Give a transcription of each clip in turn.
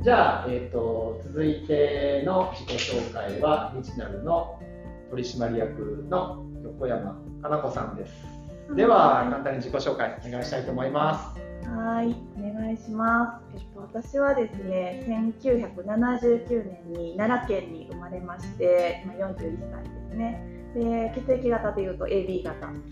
じゃあ、続いての自己紹介はリジナルの取締役の横山かな子さんです。では簡単に自己紹介お願いしたいと思います。 はい、お願いします。私はですね、1979年に奈良県に生まれまして、今41歳ですね。で、血液型でいうと AB 型です。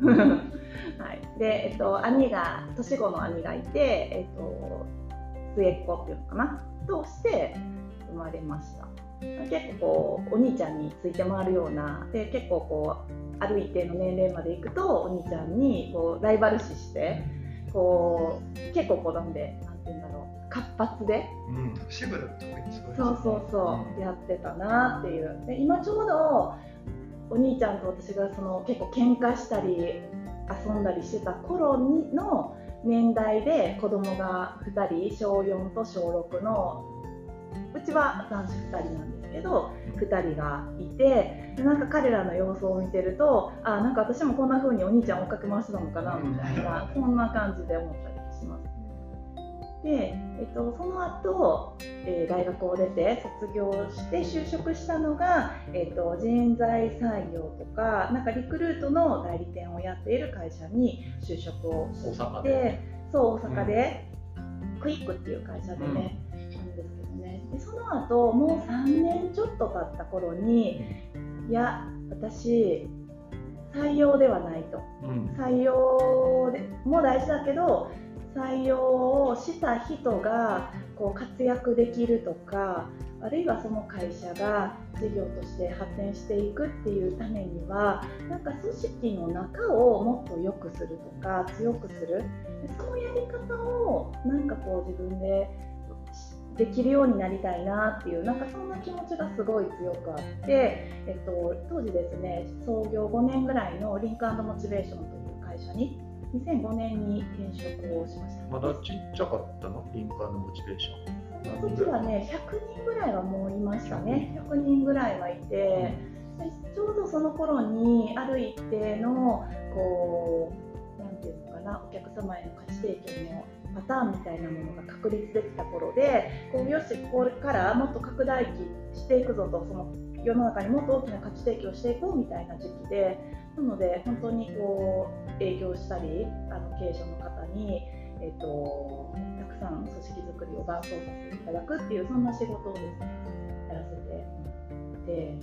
はい。で、兄が年子の兄がいて、末っ子っていうのかなとして生まれました。結構こうお兄ちゃんについて回るようなで、結構こうある一定の年齢までいくとお兄ちゃんにこうライバル視してこう結構子供でなんていうんだろう活発で、 シブルとかそうやってたなっていう。で今ちょうどお兄ちゃんと私がその結構喧嘩したり遊んだりしてた頃の年代で子供が2人小4と小6のうちは男子2人なんですけど2人がいて、なんか彼らの様子を見てるとなんか私もこんな風にお兄ちゃん追っかけ回してたのかなみたいな、そんな感じで思ったりします。で、その後、大学を出て卒業して就職したのが、人材採用とかなんかリクルートの代理店をやっている会社に就職をして、大阪で、クイックっていう会社でね、なんですけどね。でその後もう3年ちょっと経った頃に、いや私採用ではないと、採用も大事だけど採用をした人がこう活躍できるとか、あるいはその会社が事業として発展していくっていうためにはなんか組織の中をもっと良くするとか強くする、そのやり方をなんかこう自分でできるようになりたいなっていう、なんかそんな気持ちがすごい強くあって、当時ですね創業5年ぐらいのリンク&モチベーションという会社に2005年に転職をしました。 まだちっちゃかったの？リンク&モチベーション。 その時はね100人ぐらいはもういましたね。100人ぐらいはいて、ちょうどその頃にある一定のこうなんていうのかな、お客様への価値提供のパターンみたいなものが確立できた頃で、こうよしこれからもっと拡大期していくぞと、その世の中にもっと大きな価値提供していこうみたいな時期で、なので本当にこう営業したり経営者の方に、たくさん組織づくりを伴走させていただくっていう、そんな仕事をですねやらせていて、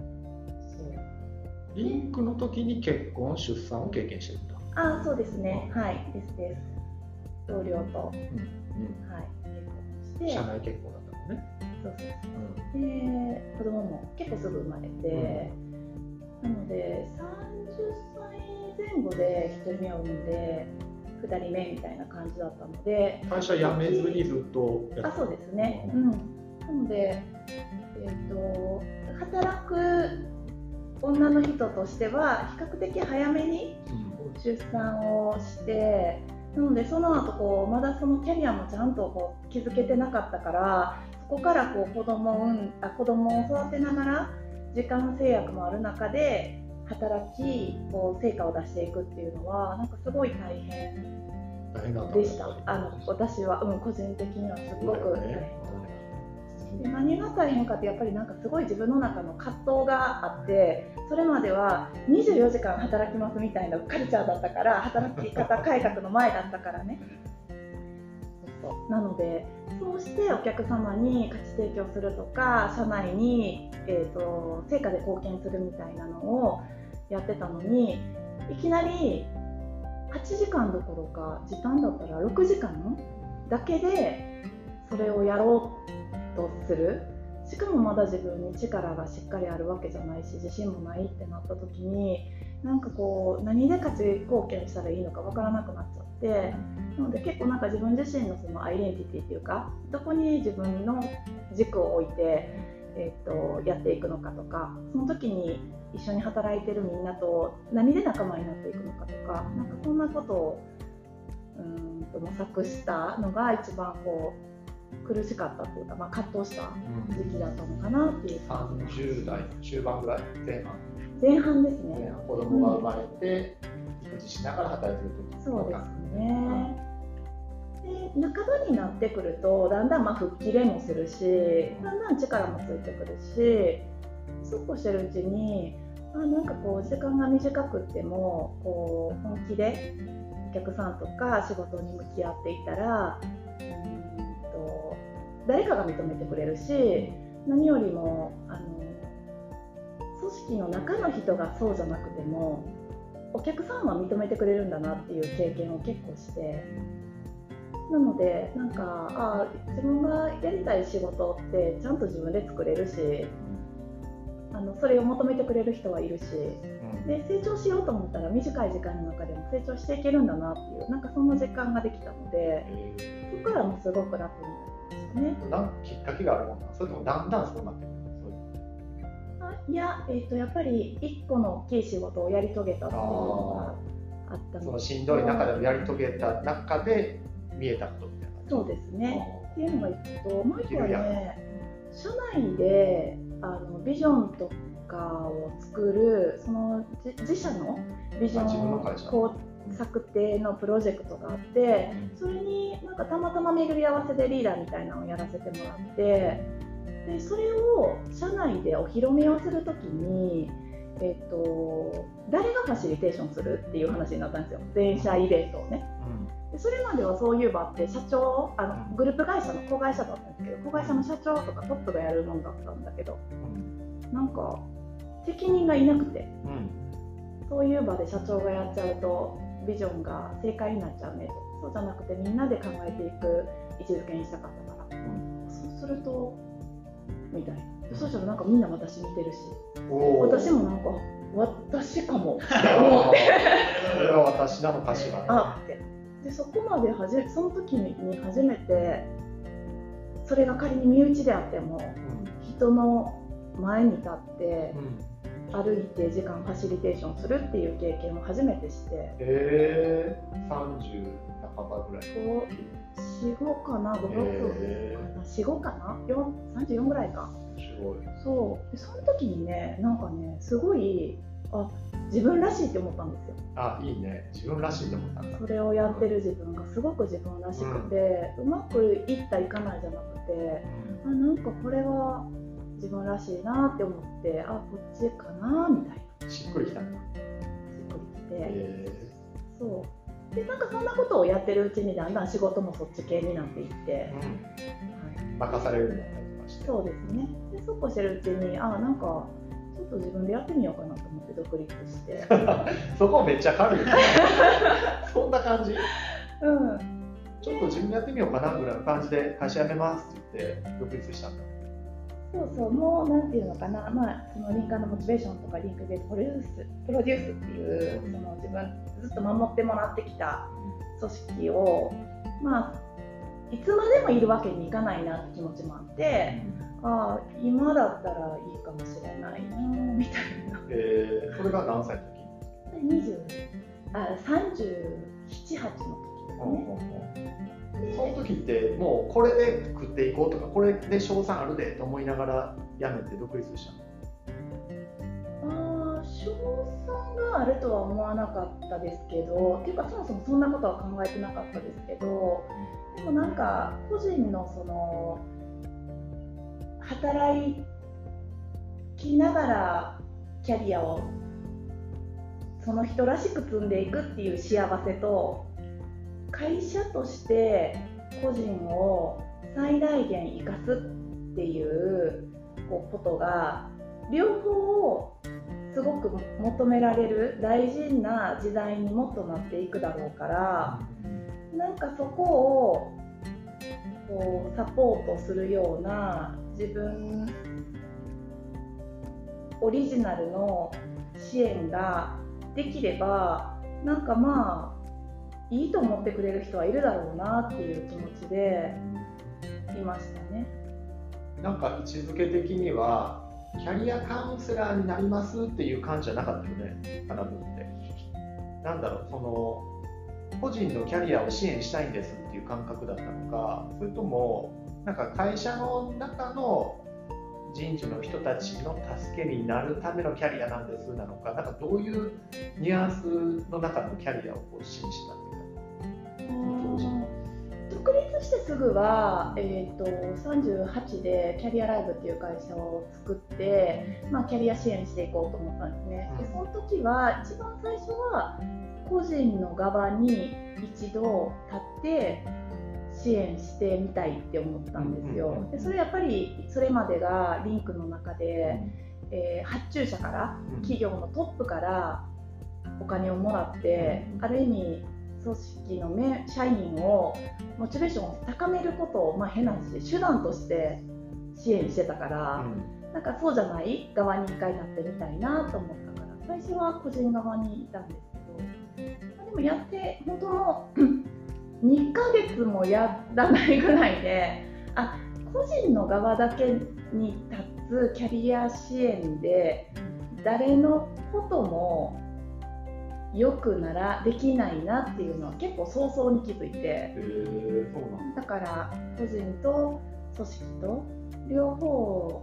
リンクの時に結婚出産を経験してるんだ。 そうですね、はいです同僚と、はい、結婚して社内結婚だったのね。 で子供も結構すぐ生まれて、なので30歳前後で1人目を産んで2人目みたいな感じだったので、 会社辞めずにずっとやってた。 そうですね、なので、働く女の人としては比較的早めに出産をして、なのでその後こうまだそのキャリアもちゃんとこう築けてなかったから、そこからこう子供を育てながら時間制約もある中で働きこう成果を出していくっていうのはなんかすごい大変でした。私は、個人的にはすごく大変で、何が大変かってやっぱりなんかすごい自分の中の葛藤があって、それまでは24時間働きますみたいなカルチャーだったから、働き方改革の前だったからね。なのでそうしてお客様に価値提供するとか社内に、成果で貢献するみたいなのをやってたのに、いきなり8時間どころか時短だったら6時間だけでそれをやろうとする、しかもまだ自分に力がしっかりあるわけじゃないし自信もないってなった時に、なんかこう何で価値貢献したらいいのかわからなくなっちゃって、なので結構なんか自分自身のそのアイデンティティっていうか、どこに自分の軸を置いて、やっていくのかとか、その時に一緒に働いてるみんなと何で仲間になっていくのかとか、なんかそんなことを模索したのが一番こう苦しかったというか、葛藤した時期だったのかなっていう。 30代中盤ぐらい、 前半ですね。 子供が生まれて、育児しながら働いてる時。 そうですね。で半ばになってくるとだんだん吹っ切れもするし、だんだん力もついてくるし、そうこうしてるうちになんかこう時間が短くってもこう本気でお客さんとか仕事に向き合っていたら誰かが認めてくれるし、何よりも組織の中の人がそうじゃなくてもお客さんは認めてくれるんだなっていう経験を結構して、なのでなんか自分がやりたい仕事ってちゃんと自分で作れるし、それを求めてくれる人はいるし、で成長しようと思ったら短い時間の中でも成長していけるんだなっていう、なんかそんな実感ができたので、そこからもすごく楽になりましたね。 なんかきっかけがあるもんな、それともだんだんそうなってくる？ いや、やっぱり一個の大きい仕事をやり遂げたっていうのがあったので、 そのしんどい中でもやり遂げた中で見えたことみたいな。 そうですね。っていうのが一個と、もう一個はね、社内でビジョンとかを作るその自社のビジョン策定のプロジェクトがあって、それになんかたまたま巡り合わせでリーダーみたいなのをやらせてもらって、でそれを社内でお披露目をするときに、誰がファシリテーションするっていう話になったんですよ、全社イベントをね。でそれまではそういう場って社長、グループ会社の子会社だったんですけど、子会社の社長とかトップがやるものだったんだけど、なんか責任がいなくて、そういう場で社長がやっちゃうとビジョンが正解になっちゃうねと。そうじゃなくてみんなで考えていく位置づけにしたかったから、そうするとみたいな。そうしたらなんかみんな私見てるし、私もなんか私かもって思ってそれは私なのかしらって。でそこまでその時に初めて、それが仮に身内であっても、人の前に立って歩いて時間ファシリテーションするっていう経験を初めてして、 30半ばぐらい、 45かな、5、6、45かな、34ぐらいか。 すごい。 そうでその時にね、なんかね、すごい自分らしいって思ったんですよ。 いいね、自分らしいって思ったんだ。 それをやってる自分がすごく自分らしくて、うまくいったいかないじゃなくて、なんかこれは自分らしいなって思って、こっちかなみたいな。 しっくりきたんだ。 しっくりきて、そうでなんかそんなことをやってるうちにだんだん仕事もそっち系になっていって、 任されるようになったりとかして。 そうですね。でそうこうしてるうちになんかちょっと自分でやってみようかなと思って独立してそこめっちゃ軽いそんな感じ、ちょっと自分でやってみようかなぐらいの感じで会社辞めますって言って独立したんだ。 そうもうなんていうのかな、そのリンカーのモチベーションとかリンクベースプロデュースっていうその自分ずっと守ってもらってきた組織をいつまでもいるわけにいかないなって気持ちもあって、今だったらいいかもしれないなみたいな。 それが何歳の時 ？37、8の時ですね。 その時ってもうこれで食っていこうとか、これで賞賛あるでと思いながら辞めて独立したの？ 賞賛があるとは思わなかったですけど、っていうかそもそもそんなことは考えてなかったですけど、でもなんか個人のその働きながらキャリアをその人らしく積んでいくっていう幸せと、会社として個人を最大限生かすっていうことが両方すごく求められる大事な時代にもっとなっていくだろうから、なんかそこをサポートするような自分オリジナルの支援ができれば、なんかいいと思ってくれる人はいるだろうなっていう気持ちでいましたね。 なんか位置づけ的にはキャリアカウンセラーになりますっていう感じじゃなかったよね、花分って。なんだろう、その個人のキャリアを支援したいんですっていう感覚だったのか、それともなんか会社の中の人事の人たちの助けになるためのキャリアなんですなのか、なんかどういうニュアンスの中のキャリアを支援したっていうか。 独立すぐは、38でキャリアライブっていう会社を作って、キャリア支援していこうと思ったんですね。でその時は一番最初は個人の側に一度立って支援してみたいって思ったんですよ。でそれやっぱりそれまでがリンクの中で、発注者から企業のトップからお金をもらって、ある意味組織の社員をモチベーションを高めることを、変な話で手段として支援してたから、なんかそうじゃない側に一回なってみたいなと思ったから、最初は個人側にいたんですけど、でもやって本当の2ヶ月もやらないぐらいで、個人の側だけに立つキャリア支援で誰のこともよくならできないなっていうのは結構早々に気づいて、だから個人と組織と両方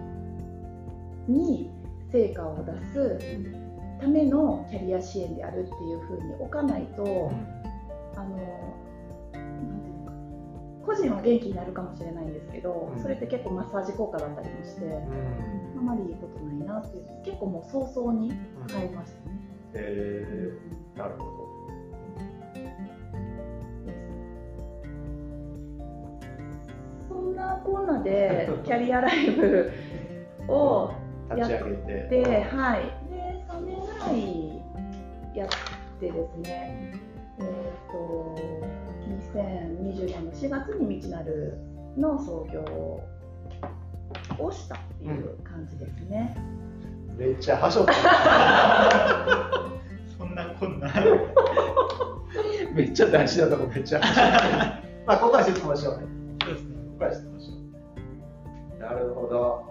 に成果を出すためのキャリア支援であるっていう風に置かないと、なんていうのか、個人は元気になるかもしれないんですけど、それって結構マッサージ効果だったりもして、あまりいいことないなっていう、結構もう早々に変えましたね。 なるほど。 そんなこんなでキャリアライブをやって立ち上げて、 で3年ぐらいやってですね、2020年の4月に道なるの創業をしたっていう感じですね。 めっちゃはしょった。 そんなこんな。 めっちゃ大事なとこめっちゃはしょった。ここは質問しようね。 そうですね。 ここは質問しよう。なるほど。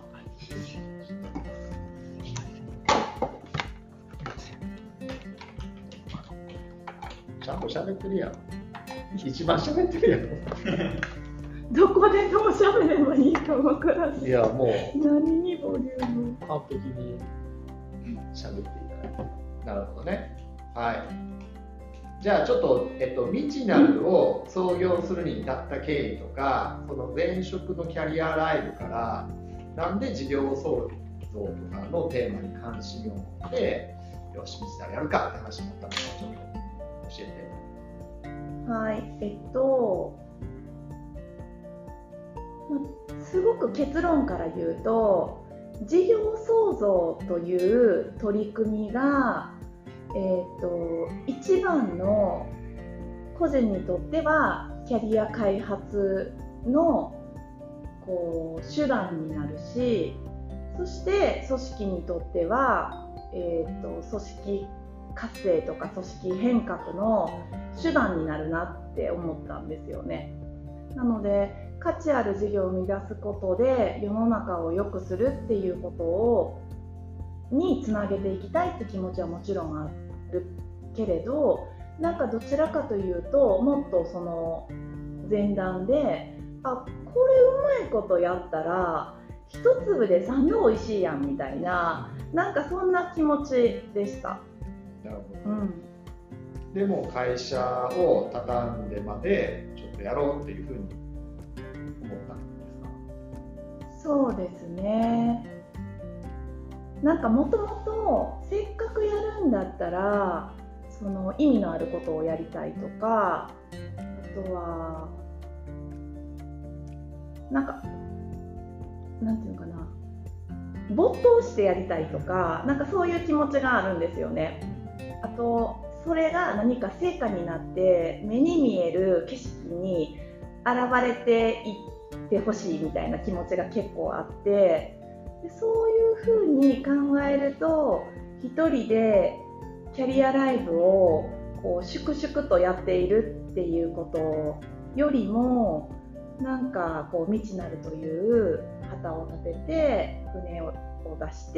ちゃんと喋ってるやん。一番喋ってるやん。 どこでどう喋ればいいかわからない。 いやもう何にボリューム完璧に喋っていただいて。なるほどね。はい。じゃあちょっとミチナルを創業するに至った経緯とか、その前職のキャリアライブからなんで事業創造とかのテーマに関心を持ってよしミチナルやるかって話になったのかちょっと教えて。 はい、すごく結論から言うと、事業創造という取り組みが、一番の個人にとってはキャリア開発の手段になるし、そして組織にとっては、組織活性とか組織変革の手段になるなって思ったんですよね。なので価値ある事業を生み出すことで世の中を良くするっていうことにつなげていきたいって気持ちはもちろんあるけれど、なんかどちらかというともっとその前段で、これうまいことやったら一粒で3度おいしいやんみたいな、なんかそんな気持ちでした。 なるほど。でも会社を畳んでまでちょっとやろうっていうふうに思ったんですか？ そうですね。なんかもともとせっかくやるんだったらその意味のあることをやりたいとか、あとはなんていうのかな、没頭してやりたいとか、なんかそういう気持ちがあるんですよね。あとそれが何か成果になって目に見える景色に現れていってほしいみたいな気持ちが結構あって、でそういうふうに考えると一人でキャリアライブをこう粛々とやっているっていうことよりも、なんかこう未知なるという旗を立てて船を出して、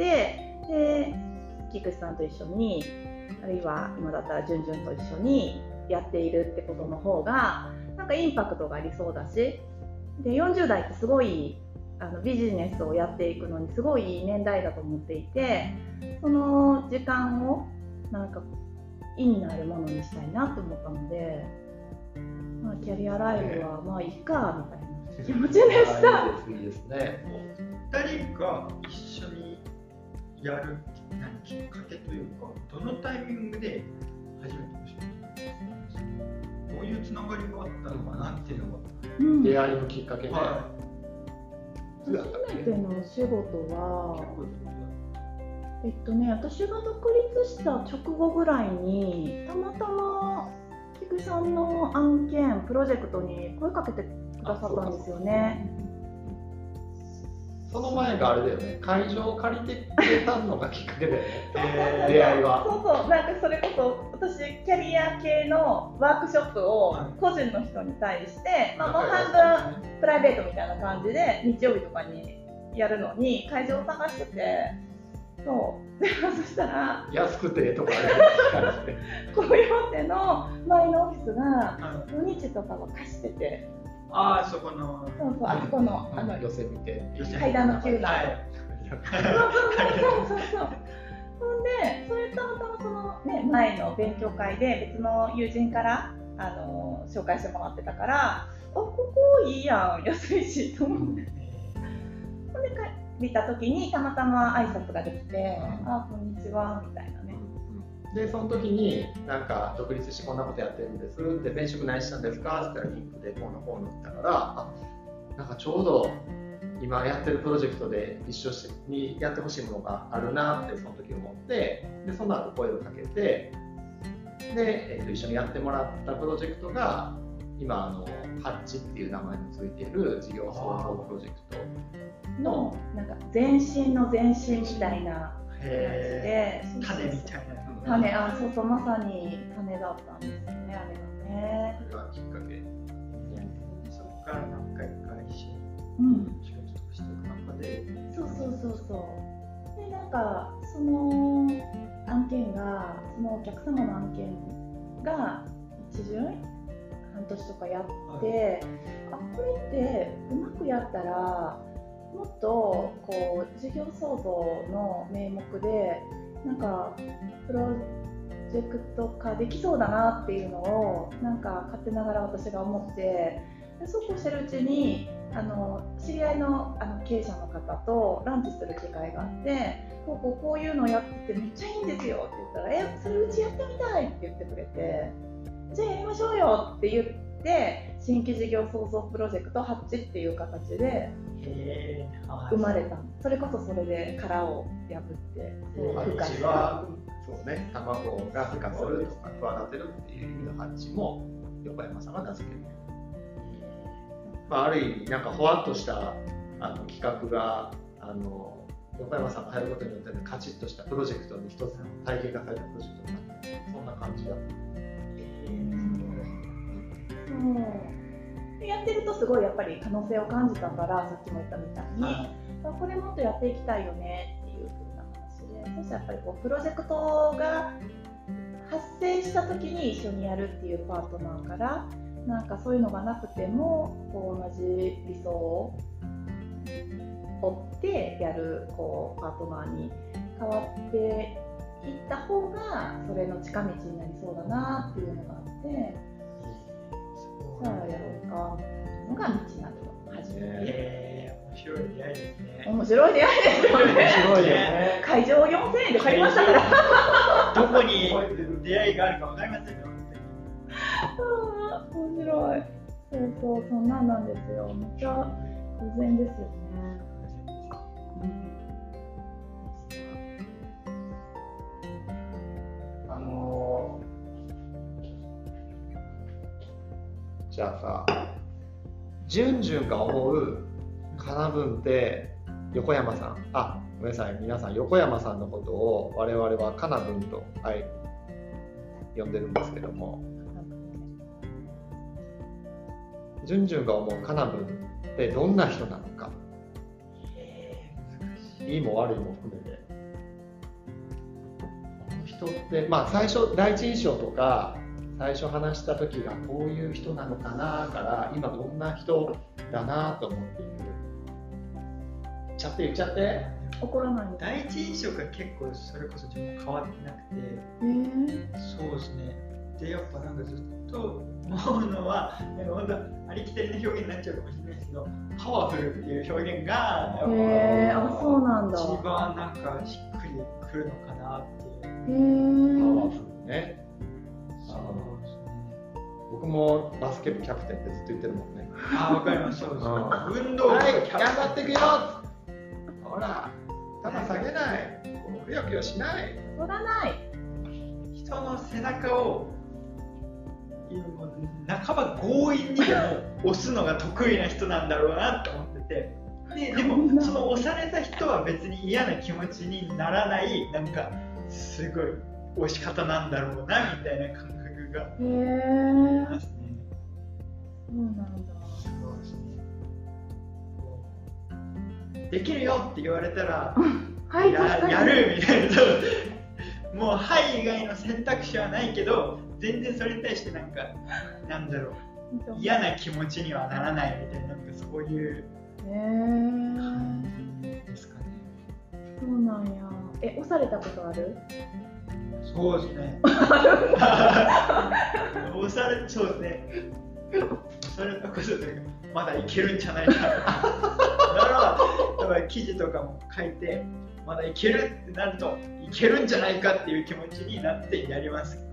で菊池さんと一緒に、あるいは今だったらじゅんじゅんと一緒にやっているってことの方がなんかインパクトがありそうだし、で40代ってすごいビジネスをやっていくのにすごいいい年代だと思っていて、その時間をなんか意味のあるものにしたいなと思ったので、キキャリアライブはまあいいかみたいな気持ちでした。 いいですね。 2人が一緒にやるきっかけというか、どのタイミングで初めてお仕事どういうつながりがあったのかなっていうのが、 出会いのきっかけで、 初めてのお仕事は私が独立した直後ぐらいにたまたま菊池さんの案件プロジェクトに声かけてくださったんですよね。 その前があれだよね、会場を借りてくれたのがきっかけだよね。出会いは。 そうなんかそれこそ私キャリア系のワークショップを個人の人に対して、もう半分プライベートみたいな感じで日曜日とかにやるのに会場を探してて、そしたら安くてとかコヨーテの前のオフィスが土日とかは貸してて。 そこのあそこの寄せ見て階段の急なほんでそれたまたまそのね前の勉強会で別の友人から紹介してもらってたからここいいやん安いしと思ってほんで帰った時にたまたま挨拶ができてこんにちはみたいなね。 でその時になんか独立してこんなことやってるんですで転職何したんですかって言ったらリンクでこうのこうのって言ったからなんかちょうど今やってるプロジェクトで一緒にやってほしいものがあるなってその時思ってでその後声をかけてで、一緒にやってもらったプロジェクトが今ハッチっていう名前のついている事業創造プロジェクトのなんか前身の前身みたいな感じで種みたいな。 そうまさに種だったんですよね、あれがね。 それがきっかけ。 そこから何回か一緒に仕事をしていく中で。 そうでなんかその案件がそのお客様の案件が一巡半年とかやって、これってうまくやったらもっとこう事業創造の名目でなんかプロジェクト化できそうだなっていうのをなんか勝手ながら私が思ってそうこうしてるうちに知り合いの経営者の方とランチする機会があってこういうのやっててめっちゃいいんですよって言ったらそれうちやってみたいって言ってくれてじゃあやりましょうよって言って新規事業創造プロジェクトハッチっていう形で生まれたそれこそそれで殻を破ってハッチはそうね卵が孵化するとか育てるっていう意味のハッチも横山さんが名付ける、ある意味なんかほわっとした企画が横山さんが入ることによってカチッとしたプロジェクトに一つ体系化されたプロジェクトになってそんな感じだった。 やってるとすごいやっぱり可能性を感じたからさっきも言ったみたいに、これもっとやっていきたいよねっていう風な話でそしてやっぱりプロジェクトが発生した時に一緒にやるっていうパートナーからなんかそういうのがなくても同じ理想を追ってやるパートナーに変わっていった方がそれの近道になりそうだなっていうのがあってさあやろうかみたいなのが道なりを始めて、 面白い出会いですね。 面白い出会いですよね。 面白いね。 会場4000円で借りましたから。 どこに出会いがあるか分かりませんよ。 面白い。そんなんなんですよ。めっちゃ偶然ですよね。 じゃあさ、じゅんじゅんが思うかなぶんって横山さん、ごめんなさい、皆さん横山さんのことを我々はかなぶんと呼んでるんですけども、じゅんじゅんが思うかなぶんってどんな人なのか、いいも悪いも含めて、この人って最初第一印象とか最初話した時がこういう人なのかなから今どんな人だなと思っている。言っちゃって怒らない。 第一印象が結構それこそ自分も変わってなくて、そうですね。 でやっぱなんかずっと思うのは、本当ありきたりな表現になっちゃうかもしれないですけど、パワフルっていう表現がやっぱそうなんだ。 一番なんかしっくりくるのかなっていう。 パワフルね。僕もバスケ部キャプテンってずっと言ってるもんね。 わかります。そうです。運動部はい、頑張っていくよ。ほら、頭下げない。くよくよしない。 乗らない。 人の背中を半ば強引にでも押すのが得意な人なんだろうなと思ってて、でもその押された人は別に嫌な気持ちにならない、なんかすごい押し方なんだろうなみたいな感覚がありますね。 そうなんだ。 そうですね。できるよって言われたらはい、 やるみたいな。もうはい以外の選択肢はないけど、全然それに対してなんだろう、嫌な気持ちにはならないみたいな、なんかそういう感じですかね。 そうなんや。押されたことある？ そうですね。そうですね。押されたことでまだいけるんじゃないかな。だから記事とかも書いて、まだいけるってなるといけるんじゃないかっていう気持ちになってやりますね。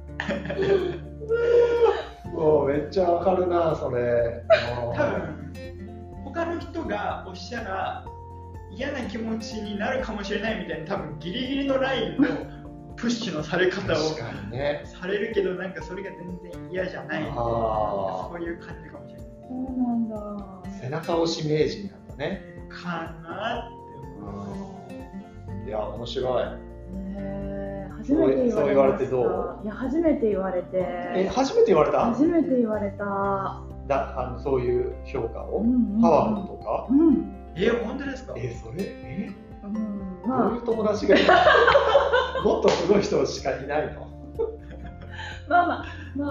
もうめっちゃわかるなそれ。 多分他の人がおっしゃら嫌な気持ちになるかもしれないみたいな、多分ギリギリのラインのプッシュのされ方をされるけど、なんかそれが全然嫌じゃない、そういう感じかもしれない。 そうなんだ。 背中押し名人なんだね。 かなって思う。いや面白い。 初めてそう言われてどう？ いや初めて言われて。 初めて言われた？ 初めて言われた。 そういう評価を、パワフルとか？ 本当ですか？ それどういう友達がいる？もっとすごい人しかいないの？ま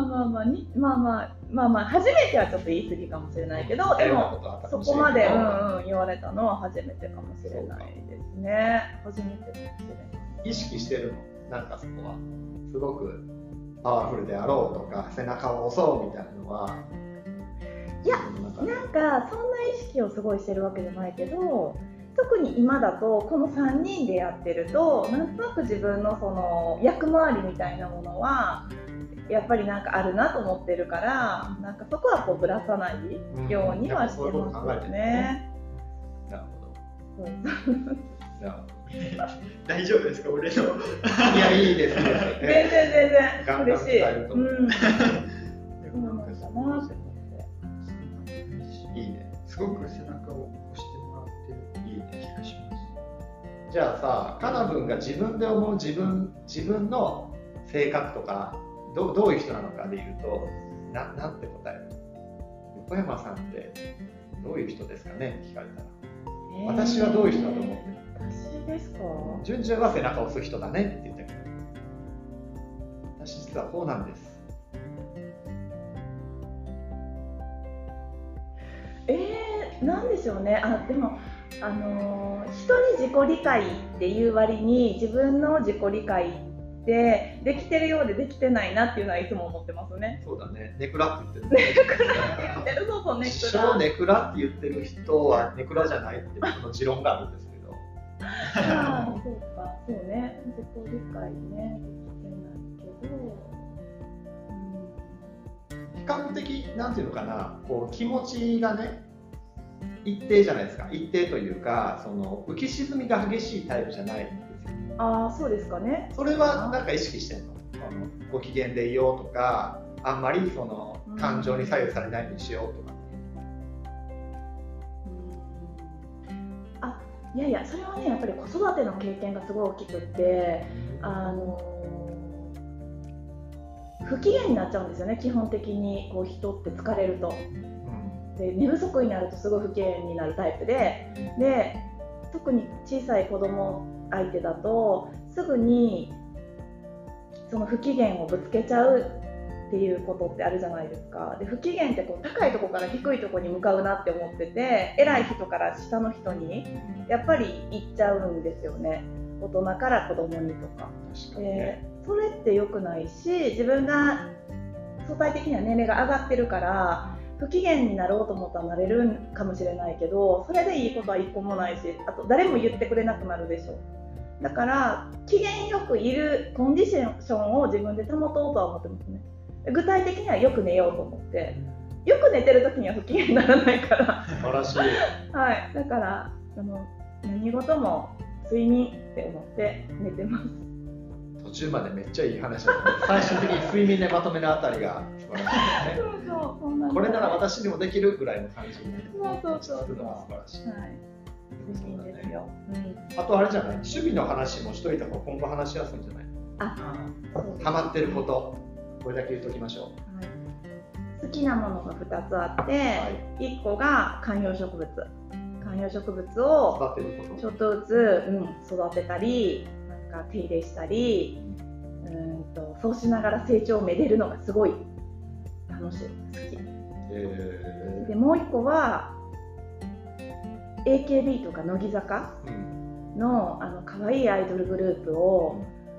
あ初めてはちょっと言い過ぎかもしれないけど、でもそこまで言われたのは初めてかもしれないですね。初めてかもしれない。 意識してるの？なんかそこはすごくパワフルであろうとか背中を押そうみたいなのは。 いや、なんかそんな意識をすごいしてるわけじゃないけど、特に今だとこの3人でやってるとなんとなく自分のその役回りみたいなものはやっぱりなんかあるなと思ってるから、なんかそこはこうぶらさないようにはしてますね。 なるほど。 大丈夫ですか、俺の。 いや、いいですね。 全然嬉しい。 いいね。 すごく背中を押してもらってるいい気がします。 じゃあさ、かなぶんが自分で思う自分の性格とかどういう人なのかでいうとなんて答える？横山さんってどういう人ですかね聞かれたら。私はどういう人だと思ってる？ 私ですか？ 順々は背中を押す人だねって言ってる。私実はこうなんです。 なんでしょうね。でも人に自己理解っていう割に自分の自己理解ってできてるようでできてないなっていうのはいつも思ってますね。 そうだね。ネクラって言ってる。 ネクラって言ってる。そうネクラ。 自称ネクラって言ってる人はネクラじゃないって僕の持論があるんですけど。 そうか、そうね。自己理解ねできてないけど。 比較的なんていうのかな、こう気持ちがね一定じゃないですか。一定というか、その浮き沈みが激しいタイプじゃないんですよ。 そうですかね。 それはなんか意識してんの？ご機嫌でいようとか、あんまりその感情に左右されないようにしようとか。 いやそれはね、やっぱり子育ての経験がすごい大きくって不機嫌になっちゃうんですよね。基本的にこう人って疲れると。で寝不足になるとすごい不機嫌になるタイプで、特に小さい子供相手だとすぐにその不機嫌をぶつけちゃうっていうことってあるじゃないですか。で不機嫌ってこう高いところから低いところに向かうなって思ってて、偉い人から下の人にやっぱり行っちゃうんですよね。大人から子供にとか。 それって良くないし、自分が相対的には年齢が上がってるから不機嫌になろうと思ったらなれるかもしれないけど、それでいいことは一個もないし、あと誰も言ってくれなくなるでしょ。だから機嫌よくいるコンディションを自分で保とうとは思ってますね。具体的にはよく寝ようと思って、よく寝てる時には不機嫌にならないから素晴らしい。 はい、だから何事も睡眠って思って寝てます。 途中までめっちゃいい話だった。最終的に睡眠でまとめるあたりが素晴らしいですね。 そうなんです。 これなら私にもできるぐらいの感じにそう落ち着くのは素晴らしい。 はい、睡眠ですよ。 あとあれじゃない、趣味の話もしといた方が今後話しやすいんじゃない？ハマってること、これだけ言っときましょう。 はい、好きなものが2つあって、はい、1個が観葉植物。観葉植物をちょっとずつ、育てたり、なんか手入れしたり、そうしながら成長をめでるのがすごい楽しい、好き。でもう1個は AKB とか乃木坂の可愛いアイドルグループを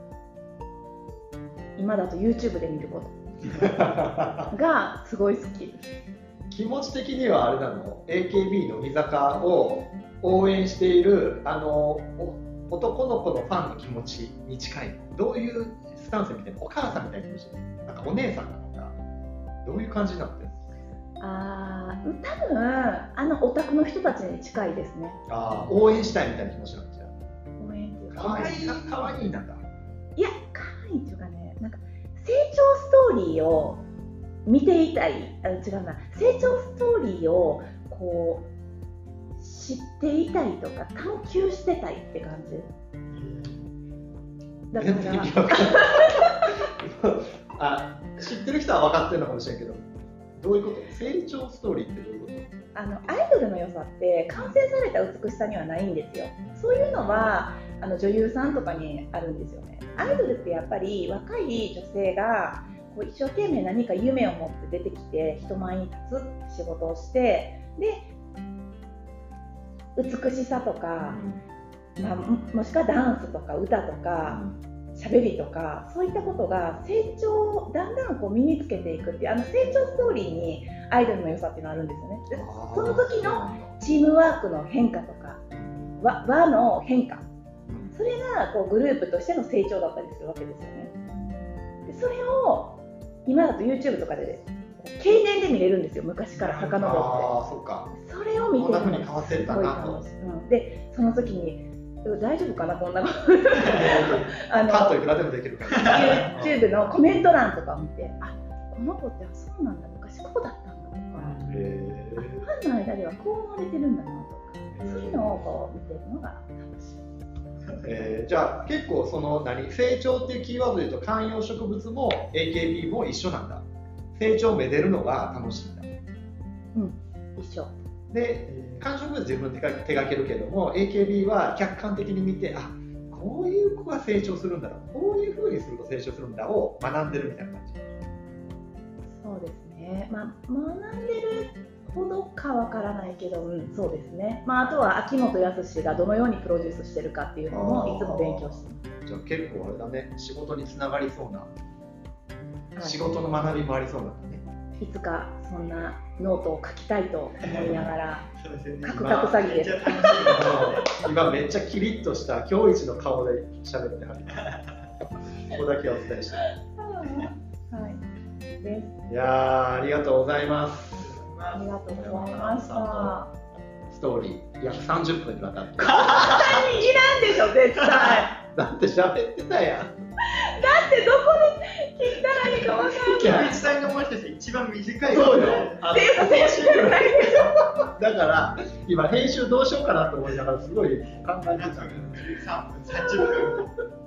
今だと YouTube で見ることがすごい好き。 気持ち的にはあれなの、 AKB の乃木坂を応援している男の子のファンの気持ちに近いの？どういうスタンスみたいな、お母さんみたいな気持ち、なんかお姉さんなのか、どういう感じになってるの？ 多分オタクの人たちに近いですね。 応援したいみたいな気持ちなんですよ。 応援っていうか、 かわいいなんだ。 いや、かわいいっていうかね、なんか成長ストーリーを見ていたい、違うな、成長ストーリーをこう知っていたいとか探求してたいって感じ。だから知ってる人は分かってるのかもしれんけど、どういうこと？成長ストーリーってどういうこと？ アイドルの良さって完成された美しさにはないんですよ。そういうのは女優さんとかにあるんですよね。アイドルってやっぱり若い女性がこう一生懸命何か夢を持って出てきて人前に立つ仕事をして、で美しさとか、もしくはダンスとか歌とか喋りとか、そういったことが成長だんだんこう身につけていくっていう成長ストーリーにアイドルの良さっていうのがあるんですよね。その時のチームワークの変化とか輪の変化、それがこうグループとしての成長だったりするわけですよね。でそれを今だと YouTube とかで経年で見れるんですよ、昔から遡って。 そうか。 それを見てるのがすごい楽しい。でその時に大丈夫かな、こんなことカットいくらでもできるから YouTube のコメント欄とかを見て、この子ってそうなんだ、昔こうだったんだとか、ファンの間ではこう思われてるんだなとか、そういうのをこう見てるのが楽しい。 じゃあ結構成長っていうキーワードで言うと観葉植物も AKB も一緒なんだ。成長をめでるのが楽しいんだ。 一緒で、観葉植物自分で手がけるけども AKB は客観的に見て、こういう子が成長するんだろう、こういう風にすると成長するんだを学んでるみたいな感じ。 そうですね、学んでるほどかわからないけど、そうですね。あとは秋元康がどのようにプロデュースしてるかっていうのもいつも勉強してます。 じゃあ結構あれだね、仕事につながりそうな、仕事の学びもありそうなんだね。いつかそんなノートを書きたいと思いながらカクカク詐欺です。 今めっちゃキリッとした今日一の顔で喋ってはる。ここだけお伝えして。いやありがとうございます。 ありがとうございました。 ストーリー約30分にわたって。 いらんでしょ絶対。 だって喋ってたやん。 だってどこで切ったらいいか分からない。 菊池さんがもしかして一番短い。 そうよ。 だから今編集どうしようかなと思いながらすごい考えてた。 3分30分。